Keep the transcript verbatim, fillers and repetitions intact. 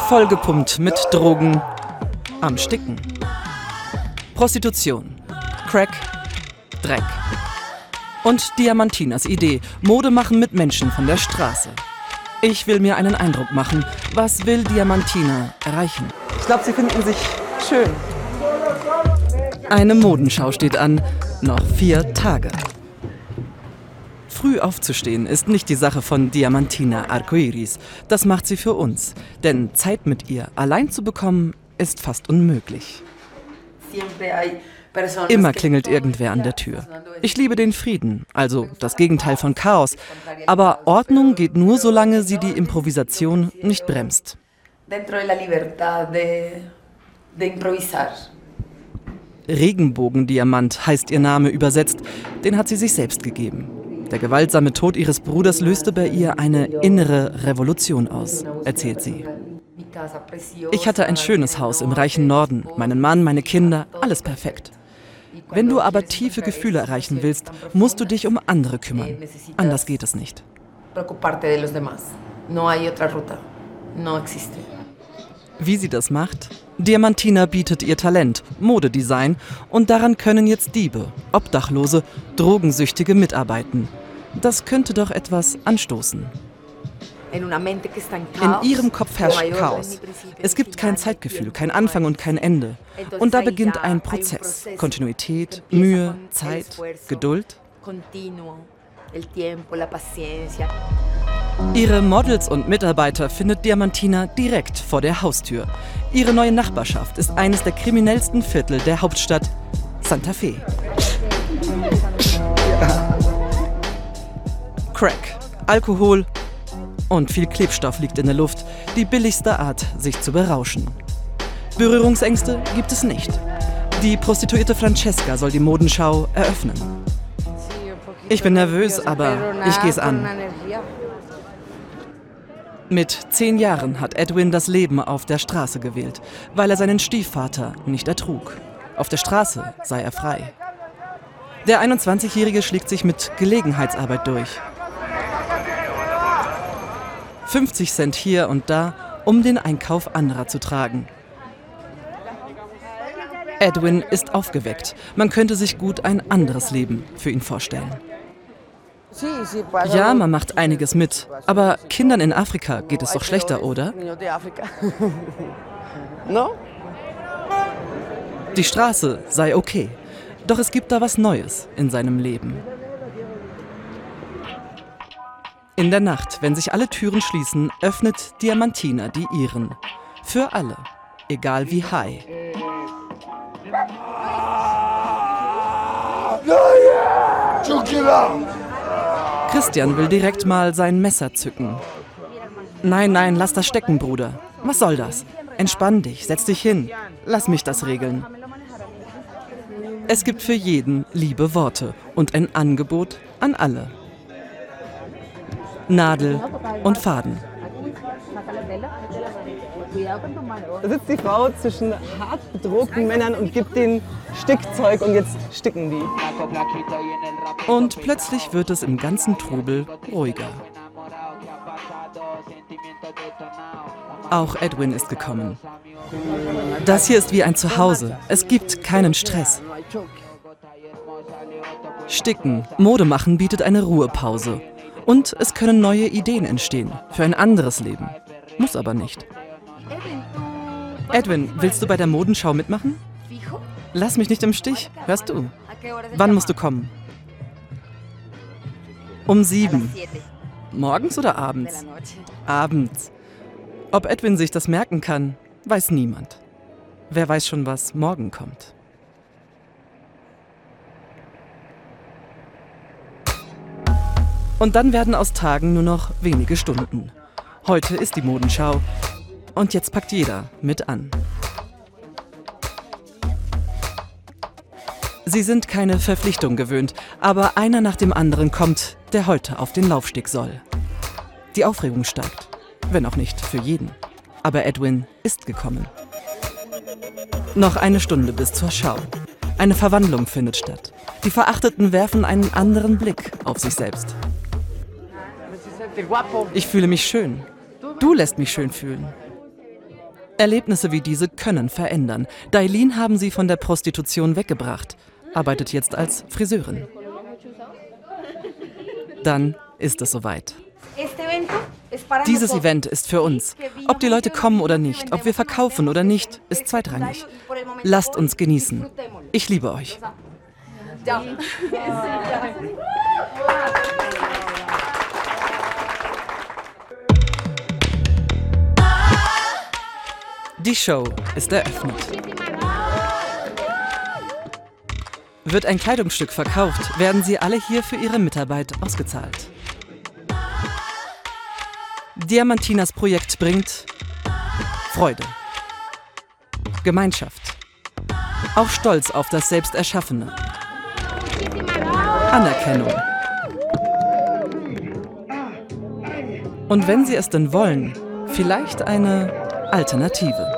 Vollgepumpt mit Drogen, am Sticken. Prostitution, Crack, Dreck. Und Diamantinas Idee, Mode machen mit Menschen von der Straße. Ich will mir einen Eindruck machen. Was will Diamantina erreichen? Ich glaube, sie finden sich schön. Eine Modenschau steht an. Noch vier Tage. Früh aufzustehen ist nicht die Sache von Diamantina Arcoiris. Das macht sie für uns. Denn Zeit mit ihr allein zu bekommen, ist fast unmöglich. Immer klingelt irgendwer an der Tür. Ich liebe den Frieden, also das Gegenteil von Chaos. Aber Ordnung geht nur, solange sie die Improvisation nicht bremst. Regenbogendiamant heißt ihr Name übersetzt. Den hat sie sich selbst gegeben. Der gewaltsame Tod ihres Bruders löste bei ihr eine innere Revolution aus, erzählt sie. Ich hatte ein schönes Haus im reichen Norden, meinen Mann, meine Kinder, alles perfekt. Wenn du aber tiefe Gefühle erreichen willst, musst du dich um andere kümmern. Anders geht es nicht. Wie sie das macht? Diamantina bietet ihr Talent, Modedesign, und daran können jetzt Diebe, Obdachlose, Drogensüchtige mitarbeiten. Das könnte doch etwas anstoßen. In ihrem Kopf herrscht Chaos. Es gibt kein Zeitgefühl, kein Anfang und kein Ende. Und da beginnt ein Prozess. Kontinuität, Mühe, Zeit, Geduld. Ihre Models und Mitarbeiter findet Diamantina direkt vor der Haustür. Ihre neue Nachbarschaft ist eines der kriminellsten Viertel der Hauptstadt Santa Fe. Crack, Alkohol und viel Klebstoff liegt in der Luft, die billigste Art, sich zu berauschen. Berührungsängste gibt es nicht. Die Prostituierte Francesca soll die Modenschau eröffnen. Ich bin nervös, aber ich gehe es an. Mit zehn Jahren hat Edwin das Leben auf der Straße gewählt, weil er seinen Stiefvater nicht ertrug. Auf der Straße sei er frei. Der einundzwanzigjährige schlägt sich mit Gelegenheitsarbeit durch. fünfzig Cent hier und da, um den Einkauf anderer zu tragen. Edwin ist aufgeweckt. Man könnte sich gut ein anderes Leben für ihn vorstellen. Ja, man macht einiges mit. Aber Kindern in Afrika geht es doch schlechter, oder? Die Straße sei okay. Doch es gibt da was Neues in seinem Leben. In der Nacht, wenn sich alle Türen schließen, öffnet Diamantina die ihren. Für alle, egal wie high. Christian will direkt mal sein Messer zücken. Nein, nein, lass das stecken, Bruder. Was soll das? Entspann dich, setz dich hin. Lass mich das regeln. Es gibt für jeden liebe Worte und ein Angebot an alle. Nadel und Faden. Da sitzt die Frau zwischen hart bedrohten Männern und gibt denen Stickzeug und jetzt sticken die. Und plötzlich wird es im ganzen Trubel ruhiger. Auch Edwin ist gekommen. Das hier ist wie ein Zuhause. Es gibt keinen Stress. Sticken, Mode machen bietet eine Ruhepause. Und es können neue Ideen entstehen für ein anderes Leben. Muss aber nicht. Edwin, willst du bei der Modenschau mitmachen? Lass mich nicht im Stich, hörst du? Wann musst du kommen? Um sieben. Morgens oder abends? Abends. Ob Edwin sich das merken kann, weiß niemand. Wer weiß schon, was morgen kommt. Und dann werden aus Tagen nur noch wenige Stunden. Heute ist die Modenschau und jetzt packt jeder mit an. Sie sind keine Verpflichtung gewöhnt, aber einer nach dem anderen kommt, der heute auf den Laufsteg soll. Die Aufregung steigt, wenn auch nicht für jeden. Aber Edwin ist gekommen. Noch eine Stunde bis zur Schau. Eine Verwandlung findet statt. Die Verachteten werfen einen anderen Blick auf sich selbst. Ich fühle mich schön. Du lässt mich schön fühlen. Erlebnisse wie diese können verändern. Dailin haben sie von der Prostitution weggebracht, arbeitet jetzt als Friseurin. Dann ist es soweit. Dieses Event ist für uns. Ob die Leute kommen oder nicht, ob wir verkaufen oder nicht, ist zweitrangig. Lasst uns genießen. Ich liebe euch. Die Show ist eröffnet. Wird ein Kleidungsstück verkauft, werden sie alle hier für ihre Mitarbeit ausgezahlt. Diamantinas Projekt bringt Freude, Gemeinschaft, auch Stolz auf das Selbsterschaffene, Anerkennung. Und wenn sie es denn wollen, vielleicht eine Alternative.